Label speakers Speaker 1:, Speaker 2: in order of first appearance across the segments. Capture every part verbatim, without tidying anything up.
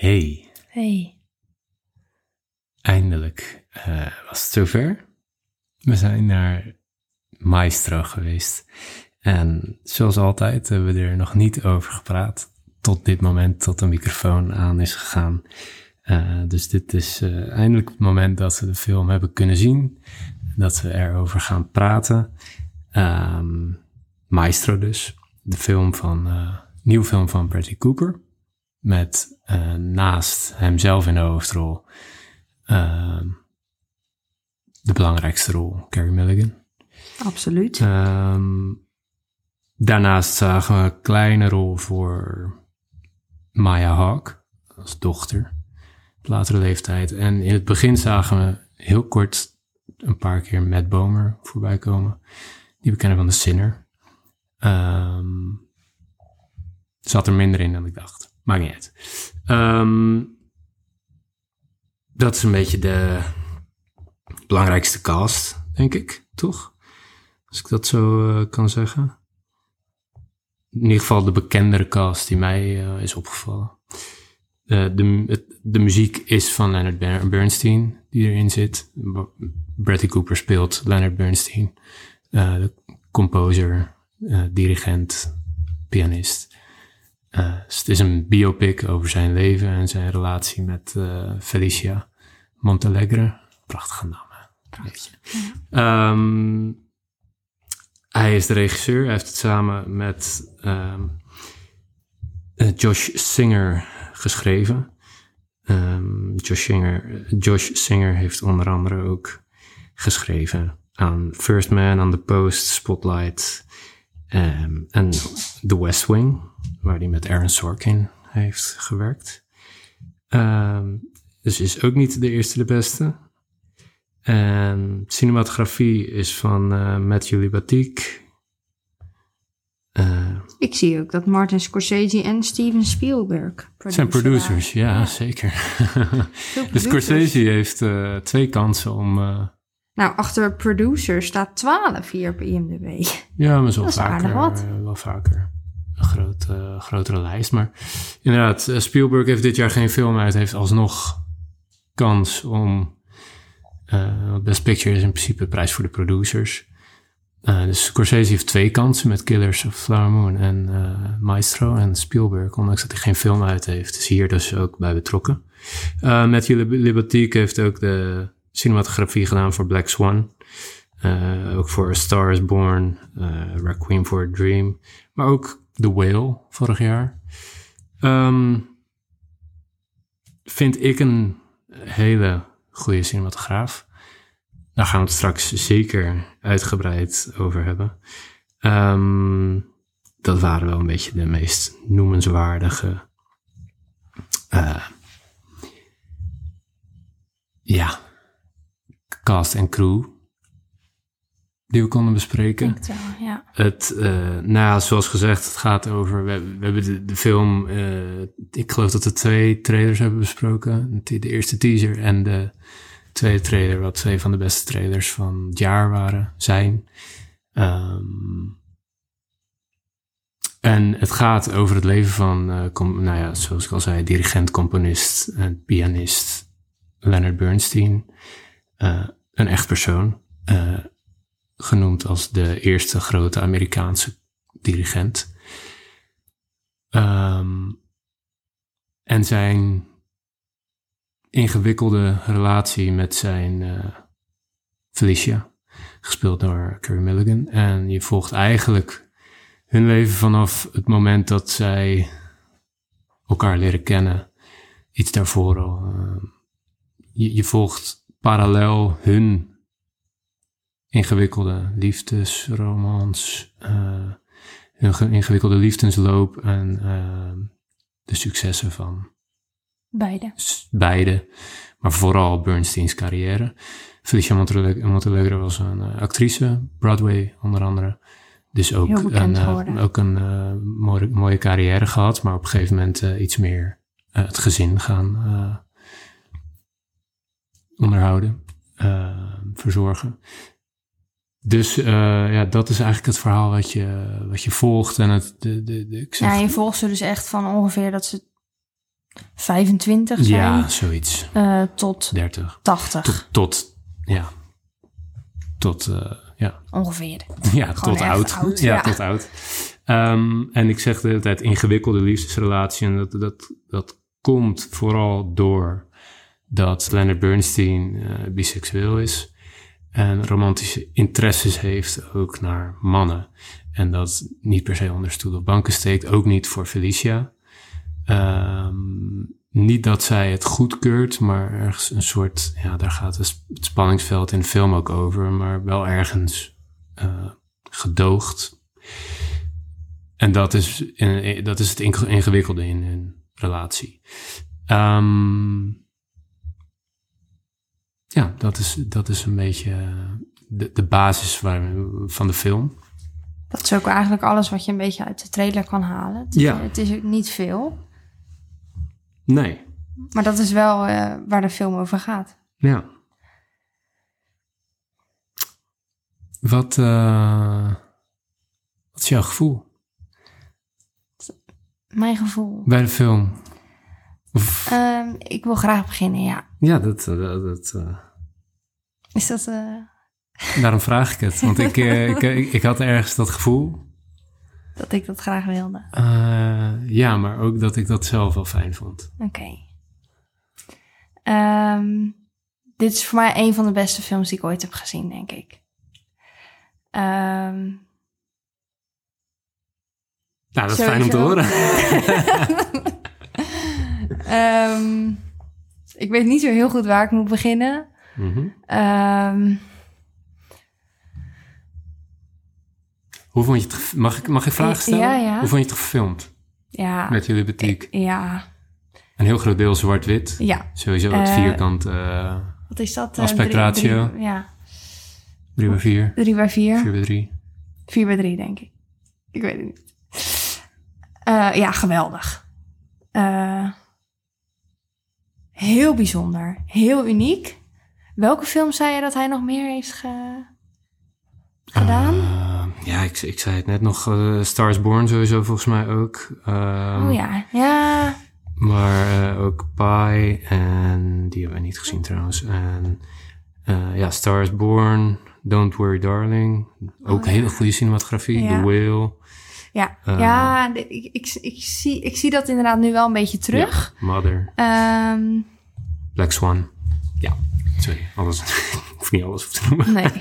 Speaker 1: Hey.
Speaker 2: Hey.
Speaker 1: Eindelijk uh, was het zover. We zijn naar Maestro geweest. En zoals altijd hebben we er nog niet over gepraat. Tot dit moment, tot de microfoon aan is gegaan. Uh, dus dit is uh, eindelijk het moment dat we de film hebben kunnen zien. Dat we erover gaan praten. Um, Maestro dus. De film van, uh, nieuwe film van Bradley Cooper. Met uh, naast hemzelf in de hoofdrol uh, de belangrijkste rol, Carey Mulligan.
Speaker 2: Absoluut.
Speaker 1: Um, daarnaast zagen we een kleine rol voor Maya Hawke als dochter. Op latere leeftijd. En in het begin zagen we heel kort een paar keer Matt Bomer voorbij komen. Die we kennen van The Sinner. Um, zat er minder in dan ik dacht. Maakt niet uit. Um, dat is een beetje de belangrijkste cast, denk ik, toch? Als ik dat zo uh, kan zeggen. In ieder geval de bekendere cast die mij uh, is opgevallen. Uh, de, het, de muziek is van Leonard Bernstein, die erin zit. Bradley Cooper speelt Leonard Bernstein. Uh, de composer, uh, dirigent, pianist. Uh, dus het is een biopic over zijn leven en zijn relatie met uh, Felicia Montealegre. Prachtige naam, hè? Prachtig. Ja. Um, hij is de regisseur. Hij heeft het samen met um, uh, Josh Singer geschreven. Um, Josh Singer, Josh Singer heeft onder andere ook geschreven aan First Man, aan The Post, Spotlight um, en The West Wing, waar hij met Aaron Sorkin heeft gewerkt. Um, dus is ook niet de eerste de beste. En cinematografie is van uh, Matthew Libatique. Uh,
Speaker 2: Ik zie ook dat Martin Scorsese en Steven Spielberg
Speaker 1: zijn producers, ja, ja, zeker. Dus Scorsese heeft uh, twee kansen om... Uh,
Speaker 2: nou, achter producer staat twaalf hier op I M D B.
Speaker 1: Ja, maar zo
Speaker 2: dat
Speaker 1: vaker,
Speaker 2: is wat.
Speaker 1: Uh, wel vaker. Een groot, uh, grotere lijst. Maar inderdaad, uh, Spielberg heeft dit jaar geen film uit. Heeft alsnog kans om... Uh, Best Picture is in principe de prijs voor de producers. Uh, dus Scorsese heeft twee kansen met Killers of Flower Moon en uh, Maestro. En Spielberg, ondanks dat hij geen film uit heeft, is hier dus ook bij betrokken. Uh, Matthew Libatique heeft ook de cinematografie gedaan voor Black Swan. Uh, ook voor A Star is Born, uh, Requiem for a Dream. Maar ook The Whale, vorig jaar. Um, vind ik een hele goede cinematograaf. Daar gaan we het straks zeker uitgebreid over hebben. Um, dat waren wel een beetje de meest noemenswaardige uh, ja, cast en crew die we konden bespreken.
Speaker 2: Ik denk het wel, ja.
Speaker 1: Het, uh, nou ja, zoals gezegd, het gaat over... We, we hebben de, de film... Uh, ik geloof dat we twee trailers hebben besproken. De, de eerste teaser en de tweede trailer... wat twee van de beste trailers van het jaar waren, zijn. Um, en het gaat over het leven van... Uh, com, nou ja, zoals ik al zei... dirigent, componist en pianist Leonard Bernstein. Uh, een echt persoon... Uh, genoemd als de eerste grote Amerikaanse dirigent. Um, en zijn ingewikkelde relatie met zijn uh, Felicia, gespeeld door Carey Mulligan. En je volgt eigenlijk hun leven vanaf het moment dat zij elkaar leren kennen. Iets daarvoor al. Uh, je, je volgt parallel hun ingewikkelde liefdesromans, uh, hun ingewikkelde liefdesloop en uh, de successen van
Speaker 2: beide.
Speaker 1: S- beide, maar vooral Bernsteins carrière. Felicia Montealegre was een uh, actrice, Broadway onder andere. Dus ook een, uh, ook een uh, mooie, mooie carrière gehad, maar op een gegeven moment uh, iets meer uh, het gezin gaan uh, onderhouden, uh, verzorgen. Dus uh, ja, dat is eigenlijk het verhaal wat je, wat je volgt. En het, de, de, de, ik zeg,
Speaker 2: ja, je volgt ze dus echt van ongeveer dat ze vijfentwintig zijn.
Speaker 1: Ja, zoiets.
Speaker 2: Uh, tot
Speaker 1: dertig.
Speaker 2: tachtig.
Speaker 1: Tot, tot ja. Tot, uh, ja.
Speaker 2: Ongeveer.
Speaker 1: Ja, tot oud. oud. Ja, ja, tot oud. Um, en ik zeg de hele tijd ingewikkelde liefdesrelatie. En dat, dat, dat komt vooral door dat Leonard Bernstein uh, biseksueel is. En romantische interesses heeft ook naar mannen. En dat niet per se onder stoel of banken steekt. Ook niet voor Felicia. Um, niet dat zij het goedkeurt, maar ergens een soort... Ja, daar gaat het spanningsveld in de film ook over. Maar wel ergens uh, gedoogd. En dat is, in, dat is het ingewikkelde in een relatie. Um, ja, dat is, dat is een beetje de, de basis waar, van de film.
Speaker 2: Dat is ook eigenlijk alles wat je een beetje uit de trailer kan halen. Het is,
Speaker 1: ja.
Speaker 2: Het is ook niet veel.
Speaker 1: Nee.
Speaker 2: Maar dat is wel uh, waar de film over gaat.
Speaker 1: Ja. Wat, uh, wat is jouw gevoel?
Speaker 2: Mijn gevoel?
Speaker 1: Bij de film? Of...
Speaker 2: Um, ik wil graag beginnen, ja.
Speaker 1: Ja, dat... dat, dat uh...
Speaker 2: Is dat... Uh...
Speaker 1: Daarom vraag ik het. Want ik, uh, ik, ik, ik had ergens dat gevoel...
Speaker 2: Dat ik dat graag wilde.
Speaker 1: Uh, ja, maar ook dat ik dat zelf wel fijn vond.
Speaker 2: Oké. Okay. Um, dit is voor mij een van de beste films die ik ooit heb gezien, denk ik. Um,
Speaker 1: nou, dat is fijn om te horen.
Speaker 2: um, ik weet niet zo heel goed waar ik moet beginnen.
Speaker 1: Mm-hmm.
Speaker 2: Um,
Speaker 1: Hoe vond je het... Mag ik, mag ik vragen stellen?
Speaker 2: Ja, ja.
Speaker 1: Hoe vond je het gefilmd?
Speaker 2: Ja.
Speaker 1: Met jullie betiek?
Speaker 2: Ja.
Speaker 1: Een heel groot deel zwart-wit.
Speaker 2: Ja.
Speaker 1: Sowieso het uh, vierkant... Uh,
Speaker 2: wat is dat?
Speaker 1: Aspectratio.
Speaker 2: Drie, ja.
Speaker 1: Drie bij vier.
Speaker 2: Drie bij vier.
Speaker 1: Vier bij drie.
Speaker 2: Vier bij drie, denk ik. Ik weet het niet. Uh, ja, geweldig. Uh, heel bijzonder. Heel uniek. Welke film zei je dat hij nog meer heeft ge... gedaan?
Speaker 1: Uh, ja, ik, ik zei het net nog. Uh, Star is Born sowieso volgens mij ook. Um,
Speaker 2: oh ja, ja.
Speaker 1: Maar uh, ook Pi. En die hebben we niet gezien trouwens. En uh, ja, Star is Born. Don't Worry Darling. Ook oh, ja. hele goede cinematografie. Ja. The Whale.
Speaker 2: Ja, uh, ja ik, ik, ik, zie, ik zie dat inderdaad nu wel een beetje terug.
Speaker 1: Ja, Mother.
Speaker 2: Um,
Speaker 1: Black Swan. Ja, sorry. Alles, ik hoef niet alles op te noemen.
Speaker 2: Nee.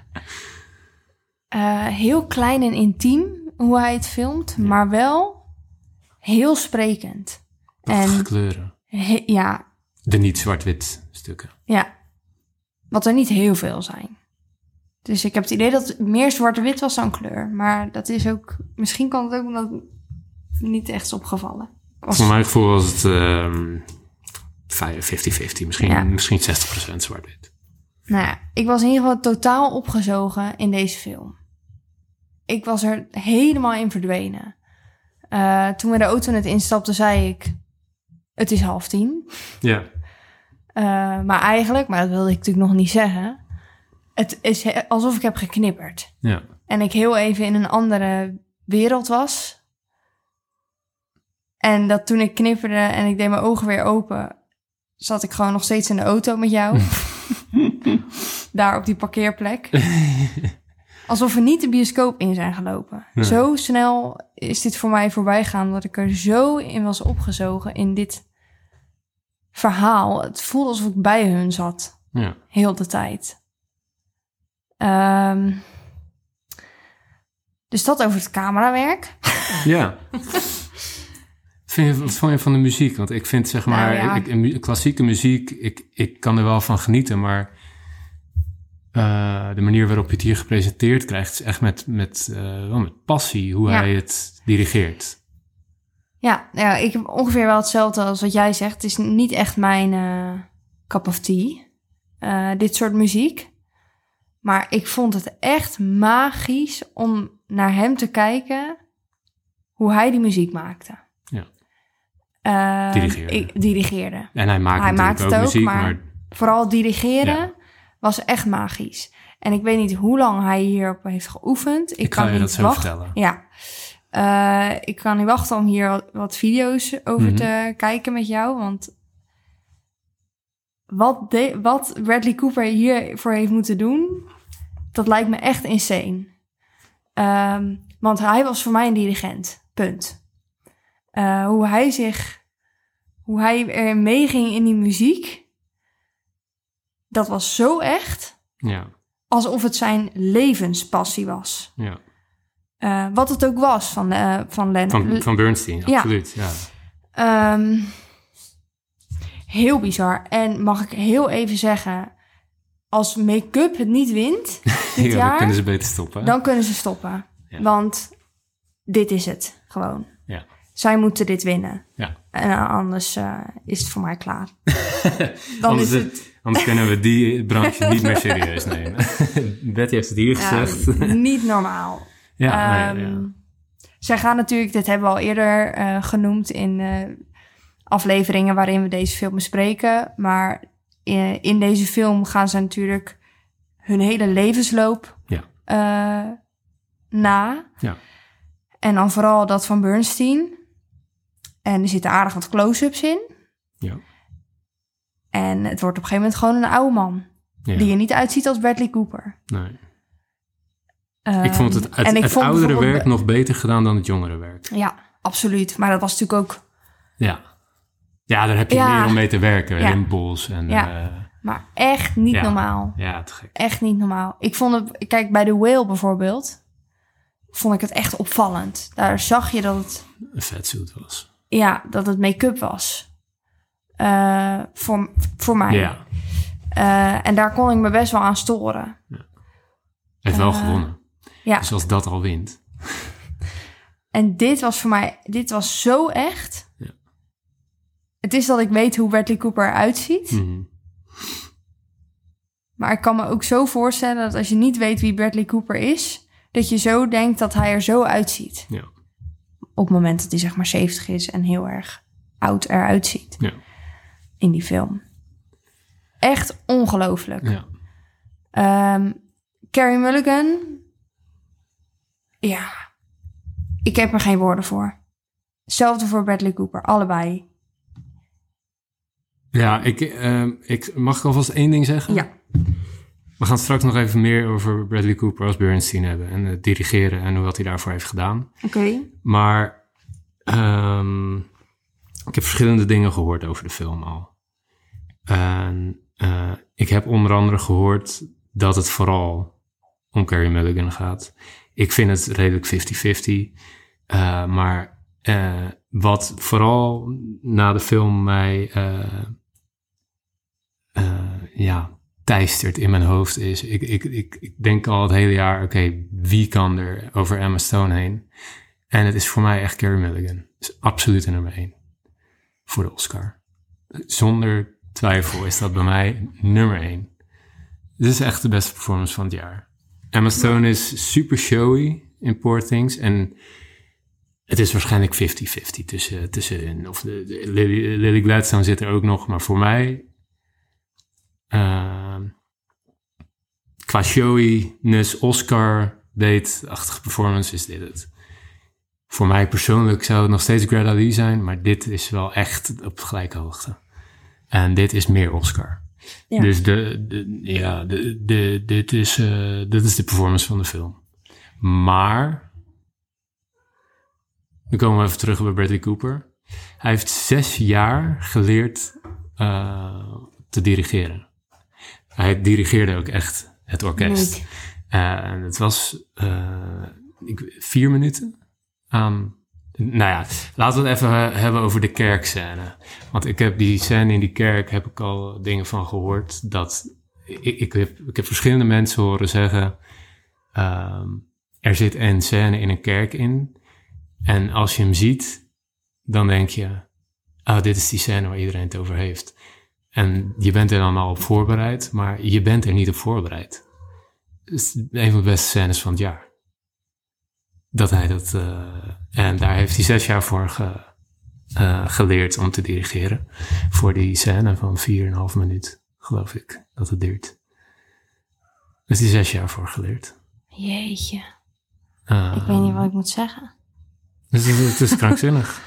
Speaker 2: Uh, heel klein en intiem hoe hij het filmt, ja. Maar wel heel sprekend.
Speaker 1: En kleuren.
Speaker 2: He, ja.
Speaker 1: De niet zwart-wit stukken.
Speaker 2: Ja. Wat er niet heel veel zijn. Dus ik heb het idee dat het meer zwart-wit was dan kleur. Maar dat is ook... Misschien kan het ook omdat het niet echt is opgevallen.
Speaker 1: Was... Voor mijn gevoel was het um, vijftig vijftig. Misschien, ja. misschien zestig procent zwart-wit.
Speaker 2: Nou ja, ik was in ieder geval totaal opgezogen in deze film. Ik was er helemaal in verdwenen. Uh, toen we de auto net instapten, zei ik... Het is half tien.
Speaker 1: Ja.
Speaker 2: Uh, maar eigenlijk, maar dat wilde ik natuurlijk nog niet zeggen... Het is alsof ik heb geknipperd.
Speaker 1: Ja.
Speaker 2: En ik heel even in een andere wereld was. En dat toen ik knipperde en ik deed mijn ogen weer open... zat ik gewoon nog steeds in de auto met jou. Daar op die parkeerplek. Alsof we niet de bioscoop in zijn gelopen. Ja. Zo snel is dit voor mij voorbij gegaan... dat ik er zo in was opgezogen in dit verhaal. Het voelde alsof ik bij hun zat.
Speaker 1: Ja.
Speaker 2: Heel de tijd. Um, dus dat over het camerawerk.
Speaker 1: Ja. Vind je, wat vond je van de muziek? Want ik vind, zeg maar, nou, ja. ik, klassieke muziek, ik, ik kan er wel van genieten, maar uh, de manier waarop je het hier gepresenteerd krijgt, is echt met, met, uh, wel met passie, hoe ja. hij het dirigeert.
Speaker 2: Ja, ja, ik heb ongeveer wel hetzelfde als wat jij zegt. Het is niet echt mijn uh, cup of tea, uh, dit soort muziek. Maar ik vond het echt magisch om naar hem te kijken hoe hij die muziek maakte.
Speaker 1: Ja.
Speaker 2: Uh,
Speaker 1: dirigeerde.
Speaker 2: Ik, dirigeerde.
Speaker 1: En hij maakt, hij maakt het ook, muziek,
Speaker 2: maar, maar vooral dirigeren ja. was echt magisch. En ik weet niet hoe lang hij hierop heeft geoefend. Ik,
Speaker 1: ik
Speaker 2: kan
Speaker 1: ga je
Speaker 2: niet
Speaker 1: dat zo
Speaker 2: wachten.
Speaker 1: vertellen.
Speaker 2: Ja. Uh, ik kan niet wachten om hier wat, wat video's over
Speaker 1: Mhm.
Speaker 2: te kijken met jou. Want wat, de, wat Bradley Cooper hiervoor heeft moeten doen, dat lijkt me echt insane. Um, want hij was voor mij een dirigent. Punt. Uh, hoe hij zich, hoe hij er meeging in die muziek, dat was zo echt.
Speaker 1: Ja,
Speaker 2: Alsof het zijn levenspassie was.
Speaker 1: ja.
Speaker 2: Uh, wat het ook was van, uh, van Len.
Speaker 1: Van, van Bernstein,
Speaker 2: Ja.
Speaker 1: absoluut. Ja.
Speaker 2: Um, heel bizar. En mag ik heel even zeggen, als make-up het niet wint dit
Speaker 1: Ja,
Speaker 2: jaar,
Speaker 1: dan kunnen ze beter stoppen.
Speaker 2: dan kunnen ze stoppen.
Speaker 1: Ja.
Speaker 2: Want dit is het gewoon.
Speaker 1: Ja.
Speaker 2: Zij moeten dit winnen.
Speaker 1: Ja.
Speaker 2: En uh, anders uh, is het voor mij klaar. Dan
Speaker 1: anders,
Speaker 2: is het...
Speaker 1: anders kunnen we die branche niet meer serieus nemen. Betty heeft het hier
Speaker 2: Ja,
Speaker 1: gezegd.
Speaker 2: niet normaal.
Speaker 1: Ja,
Speaker 2: Um,
Speaker 1: nee, ja.
Speaker 2: Zij gaan natuurlijk, dit hebben we al eerder uh, genoemd in uh, afleveringen waarin we deze film bespreken. Maar in, in deze film gaan ze natuurlijk hun hele levensloop
Speaker 1: Ja.
Speaker 2: uh, na.
Speaker 1: Ja.
Speaker 2: En dan vooral dat van Bernstein. En er zitten aardig wat close-ups in.
Speaker 1: Ja.
Speaker 2: En het wordt op een gegeven moment gewoon een oude man.
Speaker 1: Ja.
Speaker 2: Die er niet uitziet als Bradley Cooper.
Speaker 1: Nee.
Speaker 2: Um,
Speaker 1: Ik vond het, het,
Speaker 2: en ik
Speaker 1: het
Speaker 2: vond
Speaker 1: oudere
Speaker 2: bijvoorbeeld-
Speaker 1: werk nog beter gedaan dan het jongere werk.
Speaker 2: Ja, absoluut. Maar dat was natuurlijk ook...
Speaker 1: Ja. Ja, daar heb je
Speaker 2: Ja.
Speaker 1: meer om mee te werken.
Speaker 2: Ja.
Speaker 1: Rimpels en...
Speaker 2: Ja.
Speaker 1: eh,
Speaker 2: Maar echt niet
Speaker 1: Ja.
Speaker 2: normaal.
Speaker 1: ja, te gek.
Speaker 2: Echt niet normaal. Ik vond het... Kijk, bij The Whale bijvoorbeeld... vond ik het echt opvallend. Daar zag je dat het...
Speaker 1: Een vetsuit was.
Speaker 2: Ja, dat het make-up was. Uh, voor, voor mij.
Speaker 1: Ja.
Speaker 2: Uh, en daar kon ik me best wel aan storen.
Speaker 1: Heeft wel
Speaker 2: Uh,
Speaker 1: gewonnen.
Speaker 2: Ja.
Speaker 1: Dus als dat al wint.
Speaker 2: En dit was voor mij... Dit was zo echt.
Speaker 1: Ja.
Speaker 2: Het is dat ik weet hoe Bradley Cooper eruit ziet.
Speaker 1: Mhm.
Speaker 2: Maar ik kan me ook zo voorstellen dat als je niet weet wie Bradley Cooper is, dat je zo denkt dat hij er zo uitziet.
Speaker 1: Ja.
Speaker 2: Op het moment dat hij zeg maar zeventig is en heel erg oud eruit ziet
Speaker 1: Ja.
Speaker 2: in die film. Echt ongelooflijk.
Speaker 1: Ja.
Speaker 2: Um, Carey Mulligan. Ja. Ik heb er geen woorden voor. Hetzelfde voor Bradley Cooper. Allebei.
Speaker 1: Ja, ik, uh, ik, mag ik alvast één ding zeggen?
Speaker 2: Ja.
Speaker 1: We gaan straks nog even meer over Bradley Cooper als Bernstein hebben. En het dirigeren en wat hij daarvoor heeft gedaan.
Speaker 2: Oké. Okay.
Speaker 1: Maar um, ik heb verschillende dingen gehoord over de film al. En uh, ik heb onder andere gehoord dat het vooral om Carey Mulligan gaat. Ik vind het redelijk fifty-fifty. Uh, maar uh, wat vooral na de film mij uh, uh, ja, teistert in mijn hoofd is... Ik, ik, ik, ik denk al het hele jaar, oké, okay, wie kan er over Emma Stone heen? En het is voor mij echt Carey Mulligan. Het is absoluut de nummer één voor de Oscar. Zonder twijfel is dat bij mij nummer één. Dit is echt de beste performance van het jaar. Emma Stone is super showy in Poor Things. En het is waarschijnlijk fifty-fifty tussen, tussenin. Of de, de Lily, Lily Gladstone zit er ook nog. Maar voor mij, uh, qua showiness, Oscar-bait-achtige performance is dit het. Voor mij persoonlijk zou het nog steeds Greta Lee zijn. Maar dit is wel echt op gelijke hoogte. En dit is meer Oscar. Ja. Dus de, de, ja, de, de, dit, is, uh, dit is de performance van de film. Maar, dan komen we even terug bij Bradley Cooper. Hij heeft zes jaar geleerd uh, te dirigeren. Hij dirigeerde ook echt het orkest. Uh, en het was uh, ik, vier minuten aan... Nou ja, laten we het even hebben over de kerkscène. Want ik heb die scène in die kerk, heb ik al dingen van gehoord. Dat ik, ik, heb, ik heb verschillende mensen horen zeggen... Um, er zit een scène in een kerk in. En als je hem ziet, dan denk je... Ah, dit is die scène waar iedereen het over heeft. En je bent er dan al op voorbereid, maar je bent er niet op voorbereid. Het is een van de beste scènes van het jaar. Dat hij dat... Uh, en daar heeft hij zes jaar voor ge, uh, geleerd om te dirigeren. Voor die scène van vier en een half minuut, geloof ik, dat het duurt. Dus hij zes jaar voor geleerd.
Speaker 2: Jeetje.
Speaker 1: Uh,
Speaker 2: ik weet niet wat ik moet zeggen.
Speaker 1: Dus het, het is krankzinnig.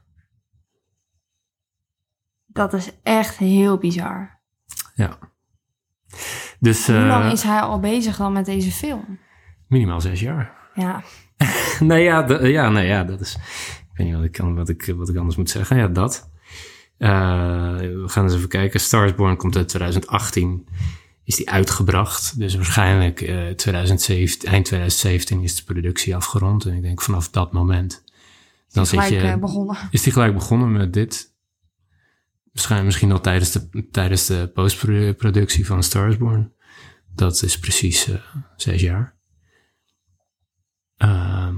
Speaker 2: Dat is echt heel bizar.
Speaker 1: Ja. Dus,
Speaker 2: Hoe
Speaker 1: uh,
Speaker 2: lang is hij al bezig dan met deze film?
Speaker 1: Minimaal zes jaar.
Speaker 2: Ja.
Speaker 1: nee, ja, d- ja, nee, ja, dat is... Ik weet niet wat ik, kan, wat ik, wat ik anders moet zeggen. Ja, dat. Uh, we gaan eens even kijken. Star is Born komt uit twintig achttien. Is die uitgebracht. Dus waarschijnlijk uh, twintig zeventien, eind twintig zeventien is de productie afgerond. En ik denk vanaf dat moment... Dan
Speaker 2: is die
Speaker 1: zit
Speaker 2: gelijk
Speaker 1: je,
Speaker 2: begonnen.
Speaker 1: Is die gelijk begonnen met dit? Misschien, misschien al tijdens de, tijdens de postproductie van Star is Born. Dat is precies uh, zes jaar. Uh,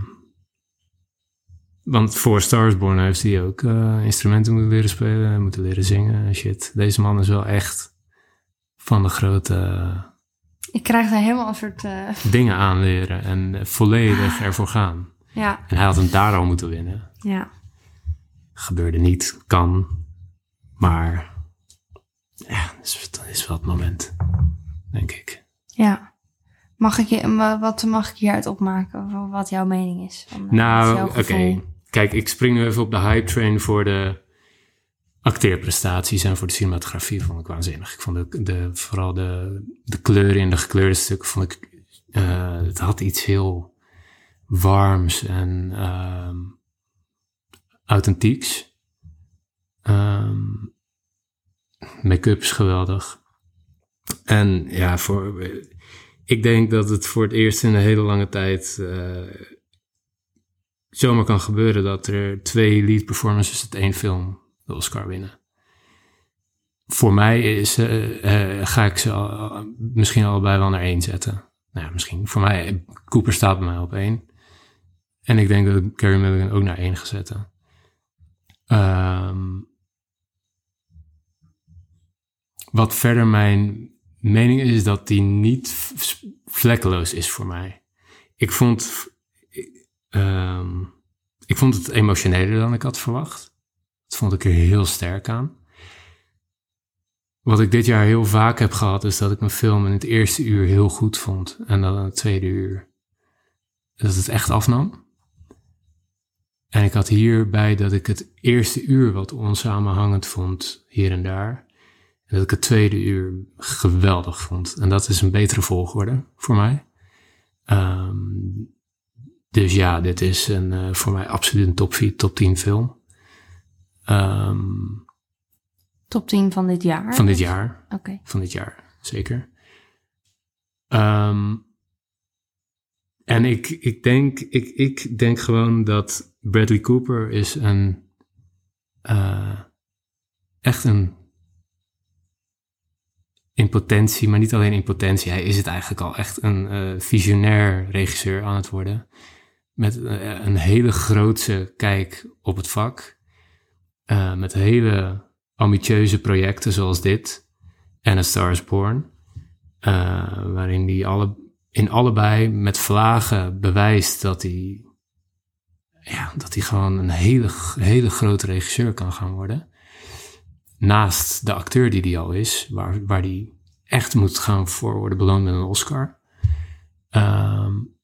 Speaker 1: want voor Star is Born heeft hij ook uh, instrumenten moeten leren spelen, moeten leren zingen en shit. Deze man is wel echt van de grote... Uh,
Speaker 2: Ik krijg daar helemaal een soort... Uh...
Speaker 1: dingen aanleren en uh, volledig ervoor gaan.
Speaker 2: Ja.
Speaker 1: En hij had hem daar al moeten winnen.
Speaker 2: Ja.
Speaker 1: Gebeurde niet, kan, maar ja, dat is, dat is wel het moment, denk ik.
Speaker 2: Ja. Mag ik je, wat mag ik hieruit opmaken? Wat jouw mening is? Van,
Speaker 1: nou, oké. Okay. Kijk, ik spring nu even op de hype train voor de acteerprestaties en voor de cinematografie. Vond ik waanzinnig. Ik vond de, de, vooral de, de kleuren in de gekleurde stukken, vond ik, uh, het had iets heel warms en uh, authentieks. Um, make-up is geweldig. En ja, voor, ik denk dat het voor het eerst in een hele lange tijd uh, zomaar kan gebeuren dat er twee lead performances uit één film de Oscar winnen. Voor mij is, uh, uh, ga ik ze al, misschien allebei wel naar één zetten. Nou ja, misschien. Voor mij, Cooper staat bij mij op één. En ik denk dat ik Carey Mulligan ook naar één ga zetten. Um, wat verder mijn mening is, is dat die niet vlekkeloos is voor mij. Ik vond, um, ik vond het emotioneler dan ik had verwacht. Dat vond ik er heel sterk aan. Wat ik dit jaar heel vaak heb gehad, is dat ik een film in het eerste uur heel goed vond. En dan in het tweede uur dat het echt afnam. En ik had hierbij dat ik het eerste uur wat onsamenhangend vond, hier en daar. En dat ik het tweede uur geweldig vond. En dat is een betere volgorde voor mij. Um, dus ja, dit is een, uh, voor mij absoluut een top vier, top tien film. Um,
Speaker 2: top tien van dit jaar?
Speaker 1: Van dit jaar.
Speaker 2: Oké. Okay.
Speaker 1: Van dit jaar, zeker. Um, en ik, ik, denk, ik, ik denk gewoon dat Bradley Cooper is een... Uh, echt een... in potentie, maar niet alleen in potentie. Hij is het eigenlijk al echt een uh, visionair regisseur aan het worden. Met uh, een hele grootse kijk op het vak. Uh, met hele ambitieuze projecten zoals dit. En A Star is Born. Uh, waarin hij alle, in allebei met vlagen bewijst dat hij... Ja, dat hij gewoon een hele, hele grote regisseur kan gaan worden. Naast de acteur die hij al is, waar, waar hij echt moet gaan voor worden beloond met een Oscar. Um,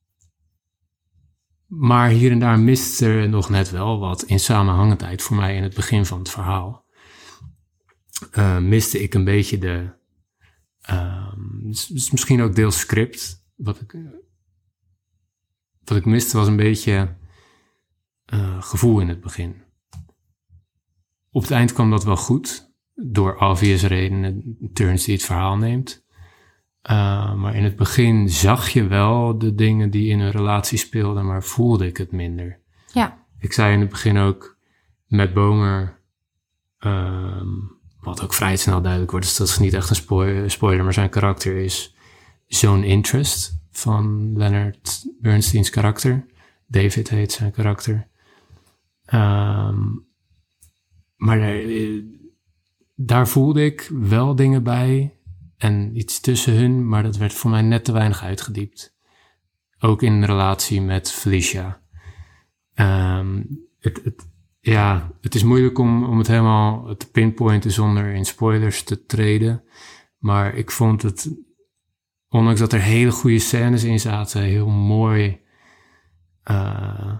Speaker 1: maar hier en daar mist er nog net wel wat in samenhangendheid voor mij in het begin van het verhaal. Uh, miste ik een beetje de... Um, misschien ook deels script. Wat ik, wat ik miste was een beetje uh, gevoel in het begin. Op het eind kwam dat wel goed, door obvious redenen, turns die het verhaal neemt. Uh, maar in het begin zag je wel de dingen die in een relatie speelden, maar voelde ik het minder.
Speaker 2: Ja.
Speaker 1: Ik zei in het begin ook, Matt Bomer, um, wat ook vrij snel duidelijk wordt, dus dat is niet echt een spo- spoiler, maar zijn karakter is zo'n interest van Leonard Bernstein's karakter. David heet zijn karakter. Um, Maar daar, daar voelde ik wel dingen bij en iets tussen hun, maar dat werd voor mij net te weinig uitgediept. Ook in relatie met Felicia. Um, het, het, ja, het is moeilijk om, om het helemaal te pinpointen zonder in spoilers te treden. Maar ik vond het, ondanks dat er hele goede scènes in zaten, heel mooi uh,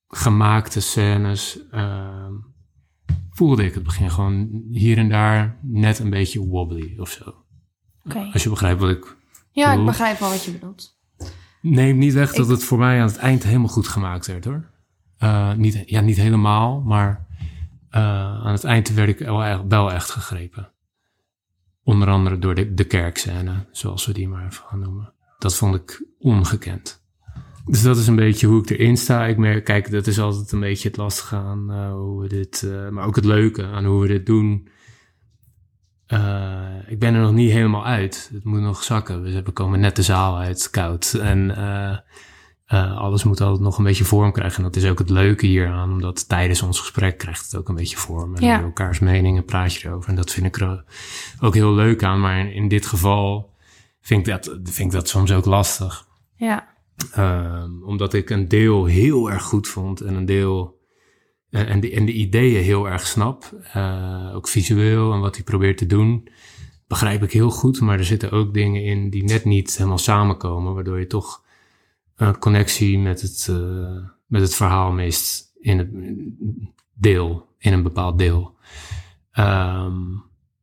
Speaker 1: gemaakte scènes uh, voelde ik het begin gewoon hier en daar net een beetje wobbly of zo.
Speaker 2: Okay.
Speaker 1: Als je begrijpt wat ik
Speaker 2: Ja,
Speaker 1: bedoel.
Speaker 2: ik begrijp wel wat je bedoelt.
Speaker 1: Neem niet weg dat
Speaker 2: Ik...
Speaker 1: het voor mij aan het eind helemaal goed gemaakt werd, hoor. Uh, niet, ja, niet helemaal, maar uh, aan het eind werd ik wel, wel echt gegrepen. Onder andere door de, de kerkscène, zoals we die maar even gaan noemen. Dat vond ik ongekend. Dus dat is een beetje hoe ik erin sta. Ik merk, kijk, dat is altijd een beetje het lastige aan uh, hoe we dit... Uh, maar ook het leuke aan hoe we dit doen. Uh, ik ben er nog niet helemaal uit. Het moet nog zakken. We komen net de zaal uit, koud. En uh, uh, alles moet altijd nog een beetje vorm krijgen. En dat is ook het leuke hieraan. Omdat tijdens ons gesprek krijgt het ook een beetje vorm. En
Speaker 2: ja.
Speaker 1: elkaars meningen praat je erover. En dat vind ik er ook heel leuk aan. Maar in, in dit geval vind ik, dat, vind ik dat soms ook lastig.
Speaker 2: Ja.
Speaker 1: Uh, omdat ik een deel heel erg goed vond. En een deel... En de, en de ideeën heel erg snap. Uh, ook visueel en wat hij probeert te doen. Begrijp ik heel goed. Maar er zitten ook dingen in die net niet helemaal samenkomen. Waardoor je toch een connectie met het, uh, met het verhaal mist. In het deel. In een bepaald deel. Um,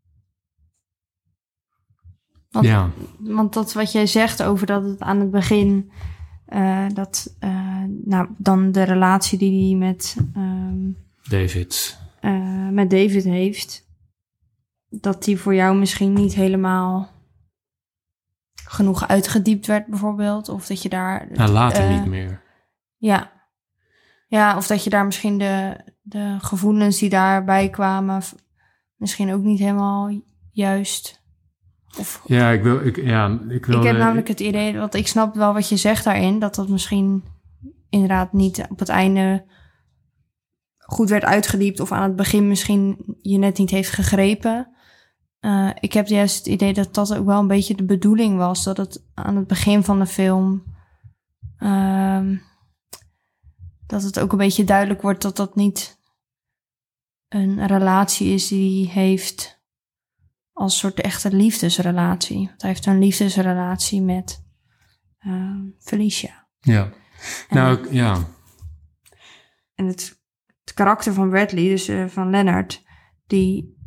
Speaker 2: want,
Speaker 1: ja.
Speaker 2: Want dat wat jij zegt over dat het aan het begin... Uh, dat, uh, nou, dan de relatie die hij met... Um,
Speaker 1: David.
Speaker 2: Uh, met David heeft. Dat die voor jou misschien niet helemaal genoeg uitgediept werd bijvoorbeeld. Of dat je daar...
Speaker 1: Nou, later
Speaker 2: uh,
Speaker 1: niet meer.
Speaker 2: Ja. Ja, of dat je daar misschien de, de gevoelens die daarbij kwamen... misschien ook niet helemaal juist... Of,
Speaker 1: ja, ik wil... Ik, ja, ik, wil,
Speaker 2: ik heb
Speaker 1: uh,
Speaker 2: namelijk het idee, want ik snap wel wat je zegt daarin... dat dat misschien inderdaad niet op het einde goed werd uitgediept... of aan het begin misschien je net niet heeft gegrepen. Uh, ik heb juist het idee dat dat ook wel een beetje de bedoeling was... dat het aan het begin van de film... Uh, dat het ook een beetje duidelijk wordt dat dat niet een relatie is die heeft... als soort echte liefdesrelatie. Want hij heeft een liefdesrelatie met uh, Felicia.
Speaker 1: Ja.
Speaker 2: En,
Speaker 1: nou, ik, ja.
Speaker 2: En het, het karakter van Bradley, dus uh, van Leonard... die...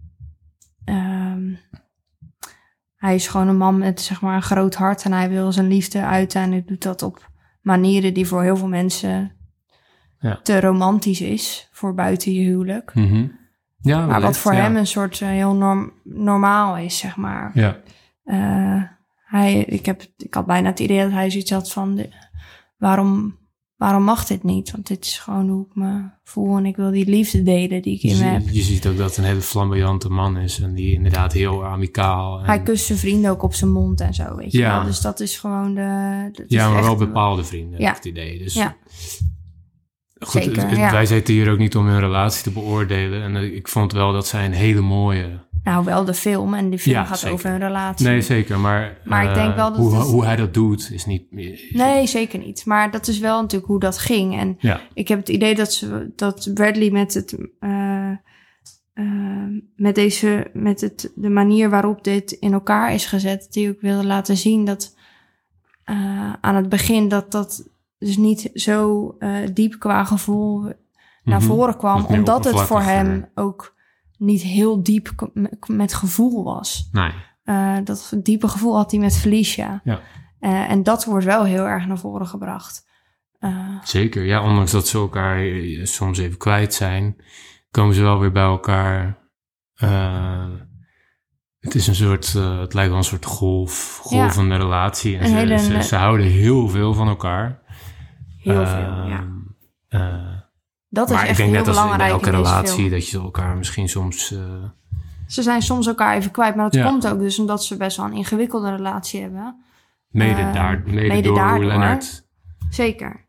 Speaker 2: Um, hij is gewoon een man met, zeg maar, een groot hart... en hij wil zijn liefde uiten... en hij doet dat op manieren die voor heel veel mensen... Ja. te romantisch is... voor buiten je huwelijk...
Speaker 1: Mm-hmm. Ja,
Speaker 2: maar wat voor
Speaker 1: ja.
Speaker 2: hem een soort uh, heel norm, normaal is, zeg maar.
Speaker 1: Ja.
Speaker 2: Uh, hij, ik, heb, ik had bijna het idee dat hij zoiets had van... De, waarom, waarom mag dit niet? Want dit is gewoon hoe ik me voel... en ik wil die liefde delen die ik in
Speaker 1: je,
Speaker 2: me heb.
Speaker 1: Je ziet ook dat het een hele flamboyante man is... en die inderdaad heel amicaal... En...
Speaker 2: Hij kust zijn vrienden ook op zijn mond en zo, weet je
Speaker 1: ja.
Speaker 2: wel. Dus dat is gewoon de... Dat
Speaker 1: ja,
Speaker 2: is
Speaker 1: maar
Speaker 2: echt
Speaker 1: wel bepaalde vrienden,
Speaker 2: ja.
Speaker 1: heb ik het idee. Dus...
Speaker 2: Ja.
Speaker 1: Goed,
Speaker 2: Zeker,
Speaker 1: het,
Speaker 2: ja.
Speaker 1: Wij zitten hier ook niet om hun relatie te beoordelen. En ik vond wel dat zij een hele mooie...
Speaker 2: Nou, wel de film. En die film
Speaker 1: ja,
Speaker 2: gaat
Speaker 1: zeker.
Speaker 2: over hun relatie.
Speaker 1: Nee, zeker. Maar,
Speaker 2: maar uh, ik denk wel dat
Speaker 1: hoe,
Speaker 2: het...
Speaker 1: hoe hij dat doet is niet... Is
Speaker 2: nee, zeker niet. Maar dat is wel natuurlijk hoe dat ging. En
Speaker 1: ja.
Speaker 2: ik heb het idee dat, ze, dat Bradley met het... Uh, uh, met deze... met het, de manier waarop dit in elkaar is gezet... die ook wilde laten zien dat... Uh, aan het begin dat dat... dus niet zo uh, diep qua gevoel naar mm-hmm. voren kwam. Omdat het voor hem ook niet heel diep k- met gevoel was.
Speaker 1: Nee.
Speaker 2: Uh, dat diepe gevoel had hij met Felicia.
Speaker 1: Ja.
Speaker 2: Uh, en dat wordt wel heel erg naar voren gebracht. Uh,
Speaker 1: Zeker, ja. Ondanks dat ze elkaar soms even kwijt zijn... komen ze wel weer bij elkaar. Uh, het is een soort... Uh, het lijkt wel een soort golf, golvende ja. relatie. En ze, hele, ze, ze houden heel veel van elkaar.
Speaker 2: Heel uh, veel, ja.
Speaker 1: Uh,
Speaker 2: dat is
Speaker 1: maar
Speaker 2: echt
Speaker 1: ik denk
Speaker 2: heel
Speaker 1: net als
Speaker 2: belangrijk
Speaker 1: in elke
Speaker 2: in
Speaker 1: relatie...
Speaker 2: film.
Speaker 1: dat je elkaar misschien soms... Uh...
Speaker 2: Ze zijn soms elkaar even kwijt. Maar dat
Speaker 1: ja.
Speaker 2: komt ook dus omdat ze best wel een ingewikkelde relatie hebben.
Speaker 1: Mede, uh, daar, mede, mede door
Speaker 2: daardoor.
Speaker 1: Leonard.
Speaker 2: Zeker.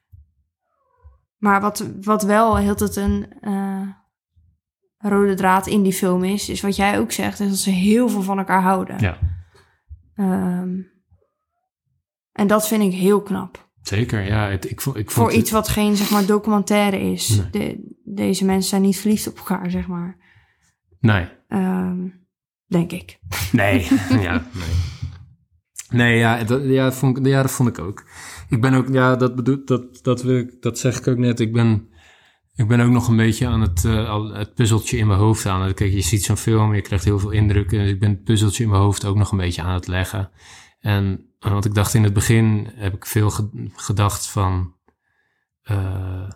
Speaker 2: Maar wat, wat wel heel het een uh, rode draad in die film is... is wat jij ook zegt, is dat ze heel veel van elkaar houden.
Speaker 1: Ja.
Speaker 2: Um, en dat vind ik heel knap.
Speaker 1: Zeker, ja. Het, ik vond, ik vond
Speaker 2: Voor
Speaker 1: het...
Speaker 2: iets wat geen, zeg maar, documentaire is.
Speaker 1: Nee.
Speaker 2: De, deze mensen zijn niet verliefd op elkaar, zeg maar.
Speaker 1: Nee.
Speaker 2: Um, denk ik.
Speaker 1: Nee, ja, nee. Nee, ja, dat, ja, dat vond ik, ja, dat vond ik ook. Ik ben ook, ja, dat bedoel, dat, dat wil ik, dat zeg ik ook net. Ik ben, ik ben ook nog een beetje aan het, uh, al het puzzeltje in mijn hoofd aan. Kijk, je ziet zo'n film, je krijgt heel veel indrukken. Dus ik ben het puzzeltje in mijn hoofd ook nog een beetje aan het leggen. En, want ik dacht in het begin, heb ik veel ge- gedacht van, uh,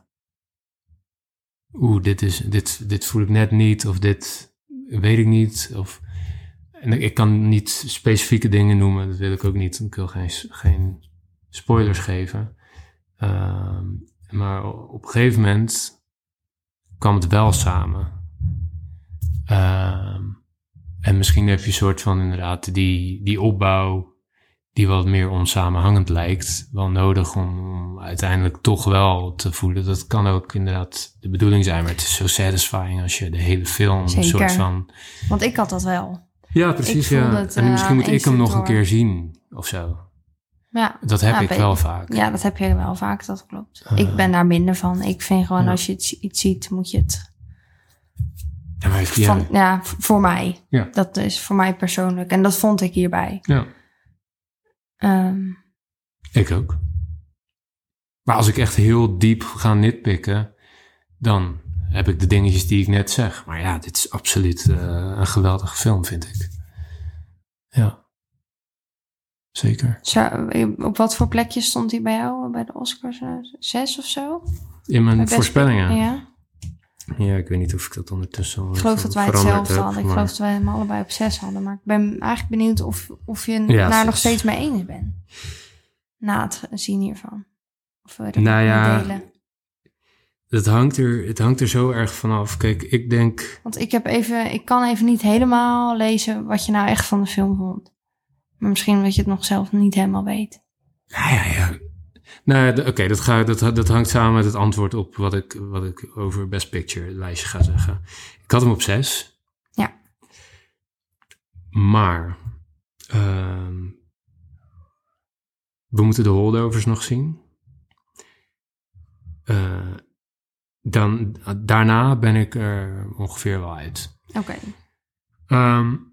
Speaker 1: oeh, dit is, dit, dit voel ik net niet, of dit weet ik niet, of... En ik kan niet specifieke dingen noemen, dat wil ik ook niet. Ik wil geen, geen spoilers geven. Uh, maar op een gegeven moment kwam het wel samen. Uh, en misschien heb je een soort van inderdaad die, die opbouw die wat meer onsamenhangend lijkt, wel nodig om uiteindelijk toch wel te voelen. Dat kan ook inderdaad de bedoeling zijn, maar het is zo satisfying als je de hele film
Speaker 2: Zeker.
Speaker 1: een soort van...
Speaker 2: Want ik had dat wel.
Speaker 1: Ja, precies, ja. Het, en misschien uh, moet ik hem nog door. een keer zien, of zo.
Speaker 2: Ja,
Speaker 1: dat heb
Speaker 2: ja,
Speaker 1: ik
Speaker 2: ben,
Speaker 1: wel vaak.
Speaker 2: Ja, dat heb je wel vaak, dat klopt. Uh, ik ben daar minder van. Ik vind gewoon, ja. als je iets, iets ziet, moet je het...
Speaker 1: Ja, maar heeft,
Speaker 2: van,
Speaker 1: ja.
Speaker 2: ja, voor mij.
Speaker 1: Ja.
Speaker 2: Dat is voor mij persoonlijk. En dat vond ik hierbij.
Speaker 1: Ja.
Speaker 2: Um,
Speaker 1: ik ook. Maar als ik echt heel diep ga nitpikken, dan... heb ik de dingetjes die ik net zeg. Maar ja, dit is absoluut uh, een geweldige film, vind ik. Ja. Zeker.
Speaker 2: Zo, op wat voor plekjes stond hij bij jou bij de Oscars? Zes of zo?
Speaker 1: In mijn voorspellingen?
Speaker 2: Ja.
Speaker 1: Ja, ik weet niet of ik dat ondertussen al
Speaker 2: Ik geloof dat wij hetzelfde hadden. Ik maar... geloof dat wij hem allebei op zes hadden. Maar ik ben eigenlijk benieuwd of, of je ja, daar nog steeds mee eens bent. Na het zien hiervan. Of we dat
Speaker 1: nou ja,
Speaker 2: delen.
Speaker 1: Het hangt, er, het hangt er zo erg vanaf. Kijk, ik denk...
Speaker 2: Want ik heb even... Ik kan even niet helemaal lezen wat je nou echt van de film vond. Maar misschien dat je het nog zelf niet helemaal weet.
Speaker 1: Ja, ja, ja. Nou, oké, okay, dat, ga, dat, dat hangt samen met het antwoord op wat ik, wat ik over Best Picture het lijstje ga zeggen. Ik had hem op zes.
Speaker 2: Ja.
Speaker 1: Maar... Uh, we moeten de holdovers nog zien. Eh... Uh, Dan, daarna ben ik er ongeveer wel uit.
Speaker 2: Oké.
Speaker 1: Okay. Um,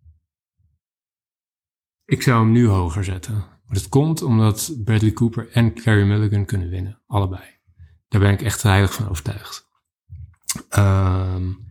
Speaker 1: ik zou hem nu hoger zetten. Maar dat komt omdat Bradley Cooper en Carey Mulligan kunnen winnen. Allebei. Daar ben ik echt heilig van overtuigd. Um,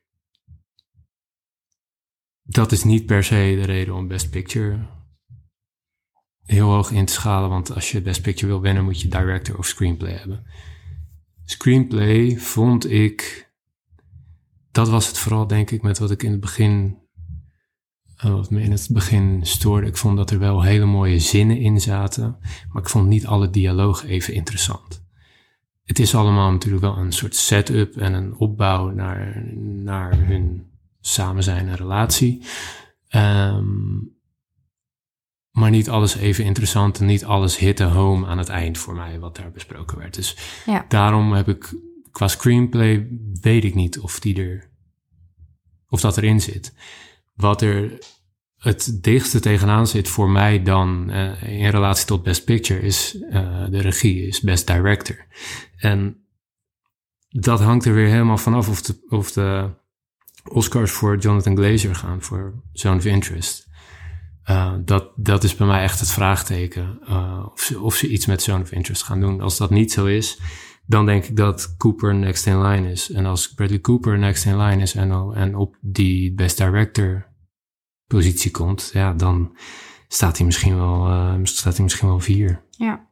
Speaker 1: dat is niet per se de reden om Best Picture heel hoog in te schalen. Want als je Best Picture wil winnen, moet je director of screenplay hebben. Screenplay vond ik, dat was het vooral denk ik met wat ik in het begin, uh, wat me in het begin stoorde. Ik vond dat er wel hele mooie zinnen in zaten, maar ik vond niet alle dialoog even interessant. Het is allemaal natuurlijk wel een soort setup en een opbouw naar, naar hun samen zijn en relatie. Um, Maar niet alles even interessant en niet alles hit the home aan het eind voor mij, wat daar besproken werd. Dus
Speaker 2: ja.
Speaker 1: daarom heb ik, qua screenplay, weet ik niet of die er, of dat erin zit. Wat er het dichtste tegenaan zit voor mij dan, uh, in relatie tot Best Picture, is uh, de regie, is Best Director. En dat hangt er weer helemaal vanaf of de, of de Oscars voor Jonathan Glazer gaan, voor Zone of Interest. Uh, dat, dat is bij mij echt het vraagteken. Uh, of, ze, of ze iets met Zone of Interest gaan doen. Als dat niet zo is, dan denk ik dat Cooper next in line is. En als Bradley Cooper next in line is en, en op die Best Director positie komt, ja, dan staat hij misschien wel, uh, staat hij misschien wel vier.
Speaker 2: Ja.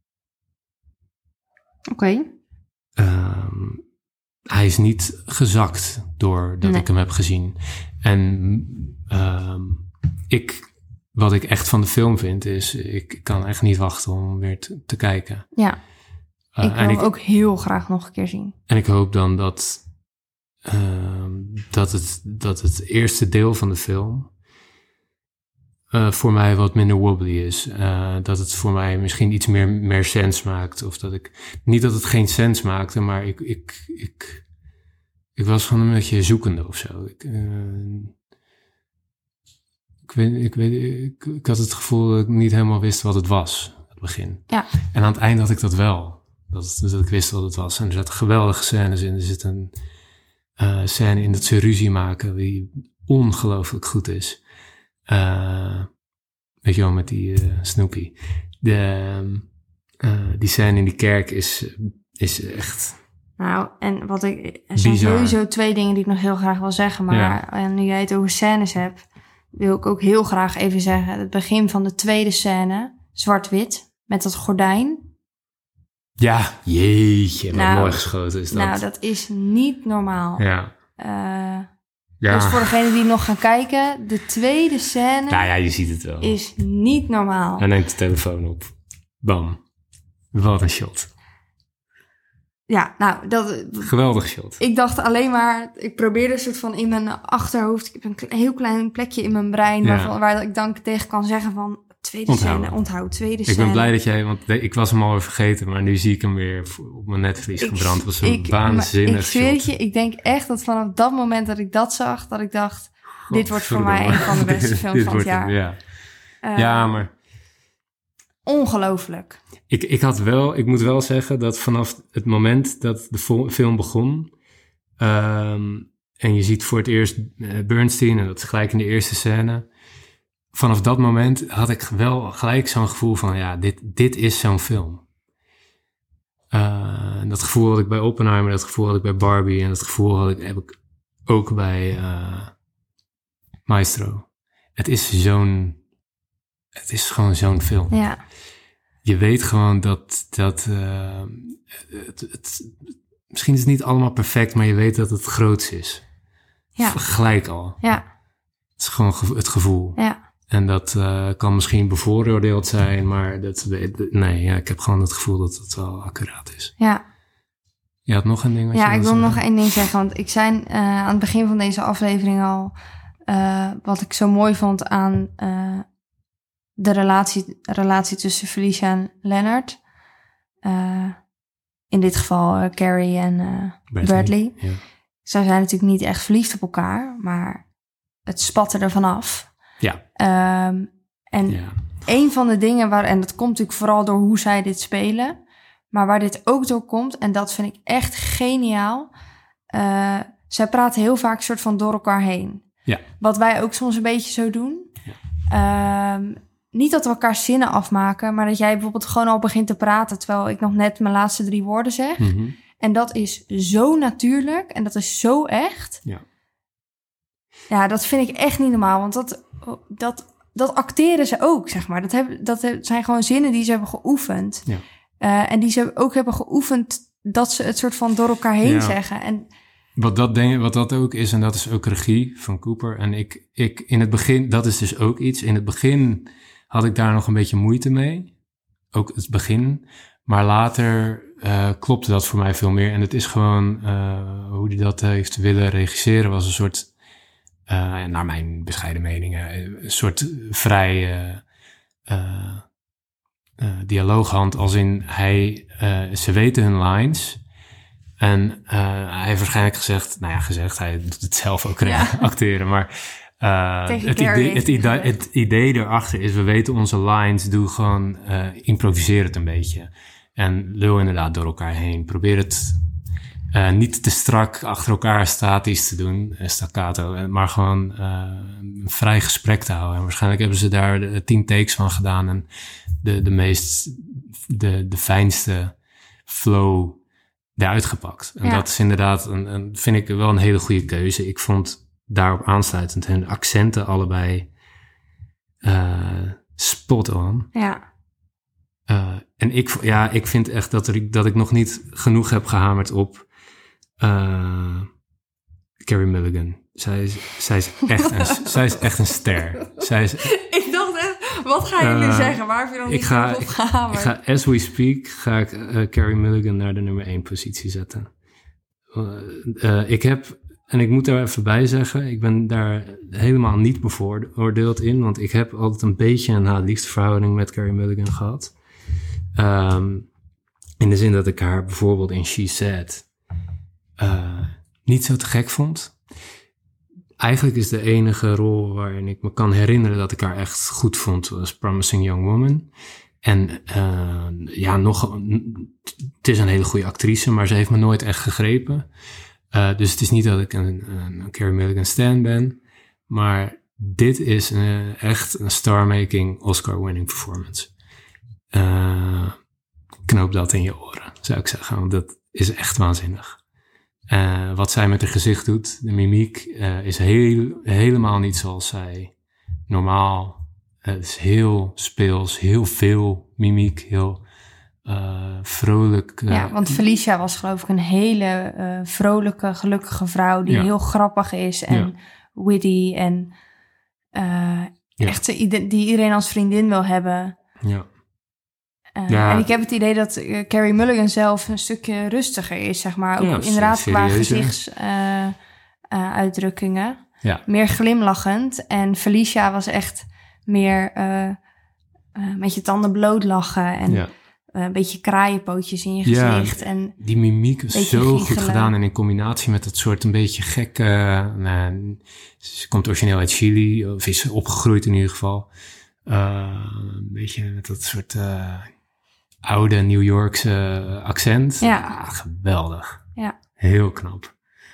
Speaker 2: Oké. Okay.
Speaker 1: Um, hij is niet gezakt doordat nee. ik hem heb gezien. En um, ik... Wat ik echt van de film vind, is... Ik kan echt niet wachten om weer te, te kijken.
Speaker 2: Ja. Uh, ik wil hem ook heel graag nog een keer zien.
Speaker 1: En ik hoop dan dat... Uh, dat, het, dat het eerste deel van de film... Uh, voor mij wat minder wobbly is. Uh, dat het voor mij misschien iets meer, meer sens maakt. Of dat ik... Niet dat het geen sens maakte, maar ik... Ik, ik, ik was gewoon een beetje zoekende of zo. Ik... Uh, Ik, weet, ik, weet, ik, ik had het gevoel dat ik niet helemaal wist wat het was, het begin.
Speaker 2: Ja.
Speaker 1: En aan het eind had ik dat wel. Dat, dat ik wist wat het was. En er zaten geweldige scènes in. Er zit een uh, scène in dat ze ruzie maken die ongelooflijk goed is. Uh, Weet je wel, met die uh, Snoopy. De, uh, die scène in die kerk is, is echt...
Speaker 2: Nou, en wat ik... Er zijn
Speaker 1: bizar.
Speaker 2: sowieso twee dingen die ik nog heel graag wil zeggen. Maar
Speaker 1: Ja.
Speaker 2: en nu jij het over scènes hebt, wil ik ook heel graag even zeggen. Het begin van de tweede scène, zwart-wit, met dat gordijn.
Speaker 1: Ja, jeetje, wat
Speaker 2: Nou,
Speaker 1: mooi geschoten is dat.
Speaker 2: Nou, dat is niet normaal.
Speaker 1: Ja.
Speaker 2: Uh,
Speaker 1: Ja.
Speaker 2: Dus voor degenen die nog gaan kijken, de tweede scène
Speaker 1: Nou ja, je ziet het wel.
Speaker 2: is niet normaal.
Speaker 1: Hij neemt de telefoon op. Bam. Wat een shot.
Speaker 2: Ja, nou, dat...
Speaker 1: Geweldig shot.
Speaker 2: Ik dacht alleen maar... Ik probeerde een soort van in mijn achterhoofd... Ik heb een kle- heel klein plekje in mijn brein...
Speaker 1: Ja.
Speaker 2: Waarvan, waar ik dan tegen kan zeggen van... Tweede
Speaker 1: Onthouden.
Speaker 2: scène, onthoud, tweede
Speaker 1: Ik
Speaker 2: scène.
Speaker 1: ben blij dat jij... Want ik was hem alweer vergeten... maar nu zie ik hem weer op mijn netvlies gebrand. Het was een
Speaker 2: ik,
Speaker 1: waanzinnig
Speaker 2: maar ik zweer het
Speaker 1: shot.
Speaker 2: je, ik denk echt dat vanaf dat moment dat ik dat zag... dat ik dacht... Dit wordt voor mij een van de beste films
Speaker 1: Dit
Speaker 2: van het
Speaker 1: wordt
Speaker 2: jaar.
Speaker 1: hem, ja.
Speaker 2: Uh,
Speaker 1: ja, maar...
Speaker 2: Ongelooflijk.
Speaker 1: Ik, ik had wel... Ik moet wel zeggen dat vanaf het moment dat de vo- film begon... Um, en je ziet voor het eerst uh, Bernstein... en dat is gelijk in de eerste scène... Vanaf dat moment had ik wel gelijk zo'n gevoel van... ja, dit, dit is zo'n film. Uh, dat gevoel had ik bij Oppenheimer... dat gevoel had ik bij Barbie... en dat gevoel had ik, heb ik ook bij uh, Maestro. Het is zo'n... Het is gewoon zo'n film.
Speaker 2: Ja.
Speaker 1: Je weet gewoon dat... dat uh, het, het, misschien is het niet allemaal perfect... maar je weet dat het groots is.
Speaker 2: Ja.
Speaker 1: Gelijk al.
Speaker 2: Ja.
Speaker 1: Het is gewoon gevo- het gevoel.
Speaker 2: Ja.
Speaker 1: En dat uh, kan misschien bevooroordeeld zijn, maar dat, nee, ja, ik heb gewoon het gevoel dat het wel accuraat is.
Speaker 2: Ja.
Speaker 1: Je had nog een ding wat
Speaker 2: Ja,
Speaker 1: je
Speaker 2: ik wil
Speaker 1: zeggen?
Speaker 2: nog één ding zeggen. Want ik zei uh, aan het begin van deze aflevering al... Uh, wat ik zo mooi vond aan uh, de relatie, relatie tussen Felicia en Leonard. Uh, in dit geval uh, Carrie en uh, Bradley. Bradley.
Speaker 1: Ja.
Speaker 2: Zij zijn natuurlijk niet echt verliefd op elkaar, maar het spatte er vanaf.
Speaker 1: Ja.
Speaker 2: Um, en
Speaker 1: ja.
Speaker 2: een van de dingen waar, en dat komt natuurlijk vooral door hoe zij dit spelen, maar waar dit ook door komt, en dat vind ik echt geniaal. Uh, zij praten heel vaak soort van door elkaar heen.
Speaker 1: Ja.
Speaker 2: Wat wij ook soms een beetje zo doen. Ja. Um, niet dat we elkaar zinnen afmaken, maar dat jij bijvoorbeeld gewoon al begint te praten, terwijl ik nog net mijn laatste drie woorden zeg.
Speaker 1: Mm-hmm.
Speaker 2: En dat is zo natuurlijk en dat is zo echt.
Speaker 1: Ja.
Speaker 2: Ja, dat vind ik echt niet normaal, want dat, dat, dat acteren ze ook, zeg maar. Dat, hebben, dat zijn gewoon zinnen die ze hebben geoefend.
Speaker 1: Ja.
Speaker 2: Uh, en die ze ook hebben geoefend dat ze het soort van door elkaar heen
Speaker 1: ja.
Speaker 2: zeggen. En
Speaker 1: Wat dat, denk, wat dat ook is, en dat is ook regie van Cooper. En ik, ik in het begin, dat is dus ook iets. In het begin had ik daar nog een beetje moeite mee. Ook het begin. Maar later uh, klopte dat voor mij veel meer. En het is gewoon, uh, hoe hij dat heeft willen regisseren, was een soort... Uh, naar mijn bescheiden meningen, een soort vrij uh, uh, uh, dialooghand, als in hij, uh, ze weten hun lines en uh, hij heeft waarschijnlijk gezegd, nou ja, gezegd, hij doet het zelf ook ja. acteren, maar uh, het, idee, het, idee, het idee erachter is, we weten onze lines, doe gewoon, uh, improviseer het een beetje en lul inderdaad door elkaar heen, probeer het... Uh, niet te strak achter elkaar statisch te doen, staccato, maar gewoon uh, een vrij gesprek te houden. En waarschijnlijk hebben ze daar de, tien takes van gedaan en de, de meest, de, de fijnste flow eruit gepakt. En ja. dat is inderdaad, een, een, vind ik wel een hele goede keuze. Ik vond daarop aansluitend hun accenten allebei uh, spot on.
Speaker 2: Ja.
Speaker 1: Uh, en ik, ja, ik vind echt dat, er, dat ik nog niet genoeg heb gehamerd op Uh, Carey Mulligan. Zij is, zij is echt een, zij is echt een ster. Zij is,
Speaker 2: ik dacht echt, wat ga je uh, nu zeggen? Waar heb je dan niet
Speaker 1: ga,
Speaker 2: op gehamerd?
Speaker 1: Ik ga, as we speak, ga ik uh, Carey Mulligan naar de nummer één positie zetten. Uh, uh, ik heb, en ik moet daar even bij zeggen, ik ben daar helemaal niet bevooroordeeld in, want ik heb altijd een beetje een haat-liefdeverhouding met Carey Mulligan gehad. Um, in de zin dat ik haar bijvoorbeeld in She Said Uh, niet zo te gek vond. Eigenlijk is de enige rol waarin ik me kan herinneren dat ik haar echt goed vond, was Promising Young Woman. En uh, ja, nog, het is een hele goede actrice, maar ze heeft me nooit echt gegrepen. Uh, dus het is niet dat ik een, een, een Carey Mulligan stan ben, maar dit is een, echt een star-making, Oscar-winning performance. Uh, knoop dat in je oren, zou ik zeggen. Want dat is echt waanzinnig. Uh, wat zij met haar gezicht doet, de mimiek, uh, is heel, helemaal niet zoals zij normaal. Uh, het is heel speels, heel veel mimiek, heel uh, vrolijk. Uh,
Speaker 2: ja, want Felicia was geloof ik een hele uh, vrolijke, gelukkige vrouw die ja. heel grappig is en ja. witty en uh, ja. echt die iedereen als vriendin wil hebben.
Speaker 1: Ja.
Speaker 2: Uh, ja. En ik heb het idee dat uh, Carey Mulligan zelf een stukje rustiger is, zeg maar. Ook ja, inderdaad qua gezichtsuitdrukkingen. Uh, uh, ja. Meer glimlachend. En Felicia was echt meer uh, uh, met je tanden bloot lachen. En ja. uh, een beetje kraaienpootjes in je gezicht.
Speaker 1: Ja,
Speaker 2: en
Speaker 1: die mimiek is zo giechelen. Goed gedaan. En in combinatie met dat soort een beetje gekke... Uh, ze komt origineel uit Chili. Of is opgegroeid in ieder geval. Uh, een beetje met dat soort... Uh, oude New Yorkse accent.
Speaker 2: Ja.
Speaker 1: Ah, geweldig.
Speaker 2: Ja.
Speaker 1: Heel knap.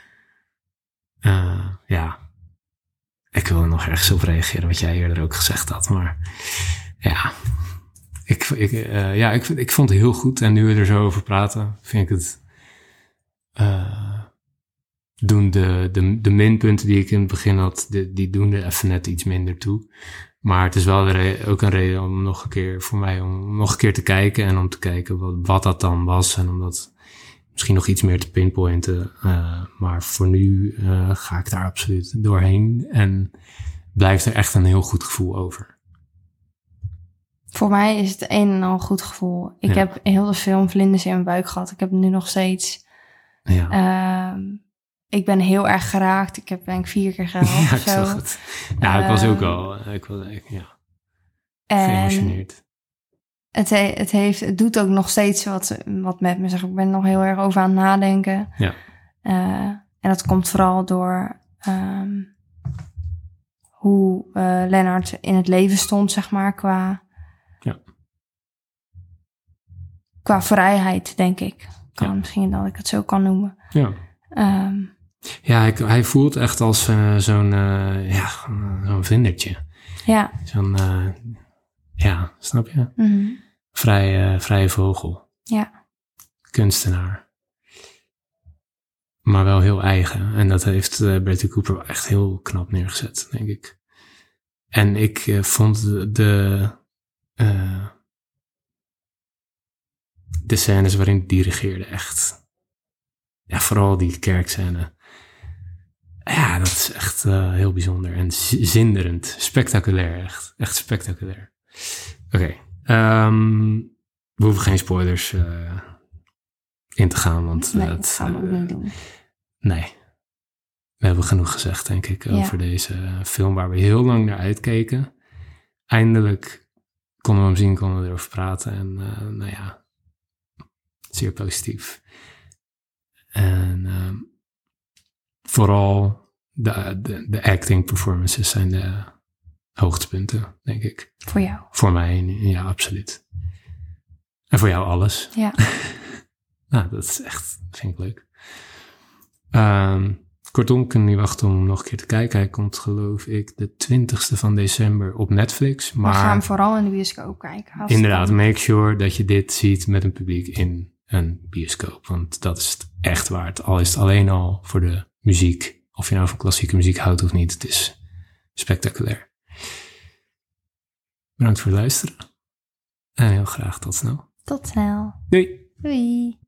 Speaker 1: Uh, ja. Ik wil er nog ergens op reageren, wat jij eerder ook gezegd had. Maar ja, ik, ik, uh, ja, ik, ik vond het heel goed. En nu we er zo over praten, vind ik het... Uh, doen de, de, de minpunten die ik in het begin had, de, die doen er even net iets minder toe. Maar het is wel de re- ook een reden om nog een keer voor mij om nog een keer te kijken en om te kijken wat, wat dat dan was en om dat misschien nog iets meer te pinpointen. Uh, maar voor nu uh, ga ik daar absoluut doorheen en blijft er echt een heel goed gevoel over.
Speaker 2: Voor mij is het een en al een goed gevoel. Ik ja. heb heel de film vlinders in mijn buik gehad. Ik heb het nu nog steeds.
Speaker 1: Ja.
Speaker 2: Uh, Ik ben heel erg geraakt. Ik heb denk ik vier keer gehaald
Speaker 1: ja,
Speaker 2: of zo.
Speaker 1: Ik zag het. Ja, ik was ook al... Ik was, ik, ja, geëmotioneerd.
Speaker 2: Het, he, het, heeft, het doet ook nog steeds wat, wat met me. Zeg, ik ben nog heel erg over aan het nadenken.
Speaker 1: Ja.
Speaker 2: Uh, en dat komt vooral door... Um, hoe uh, Lennart in het leven stond, zeg maar, qua...
Speaker 1: Ja.
Speaker 2: Qua vrijheid, denk ik. Kan,
Speaker 1: ja.
Speaker 2: Misschien dat ik het zo kan noemen.
Speaker 1: Ja.
Speaker 2: Um,
Speaker 1: Ja, ik, hij voelt echt als uh, zo'n, uh, ja, zo'n vindertje.
Speaker 2: Ja.
Speaker 1: Zo'n, uh, ja, snap je?
Speaker 2: Mm-hmm.
Speaker 1: Vrij, uh, vrije vogel.
Speaker 2: Ja.
Speaker 1: Kunstenaar. Maar wel heel eigen. En dat heeft uh, Bradley Cooper echt heel knap neergezet, denk ik. En ik uh, vond de, de, uh, de scènes waarin hij dirigeerde echt... Ja, vooral die kerkscène. Ja, dat is echt uh, heel bijzonder. En zinderend. Spectaculair, echt. Echt spectaculair. Oké. Okay. Um, we hoeven geen spoilers uh, in te gaan. Want
Speaker 2: nee,
Speaker 1: dat
Speaker 2: dat gaan we ook
Speaker 1: uh,
Speaker 2: niet doen.
Speaker 1: Nee. We hebben genoeg gezegd, denk ik, over ja. deze film waar we heel lang naar uitkeken. Eindelijk konden we hem zien, konden we erover praten. En uh, nou ja, zeer positief. En uh, vooral de, de, de acting performances zijn de hoogtepunten, denk ik.
Speaker 2: Voor jou?
Speaker 1: Voor mij, ja, absoluut. En voor jou alles.
Speaker 2: Ja.
Speaker 1: Nou, dat is echt, vind ik leuk. Um, kortom, ik kan niet wachten om nog een keer te kijken. Hij komt, geloof ik, de twintigste van december op Netflix. Maar
Speaker 2: we gaan hem vooral in de bioscoop kijken.
Speaker 1: Inderdaad, make sure dat je dit ziet met een publiek in een bioscoop. Want dat is het echt waard. Al is het alleen al voor de muziek. Of je nou van klassieke muziek houdt of niet. Het is spectaculair. Bedankt voor het luisteren. En heel graag tot snel.
Speaker 2: Tot snel.
Speaker 1: Doei.
Speaker 2: Doei.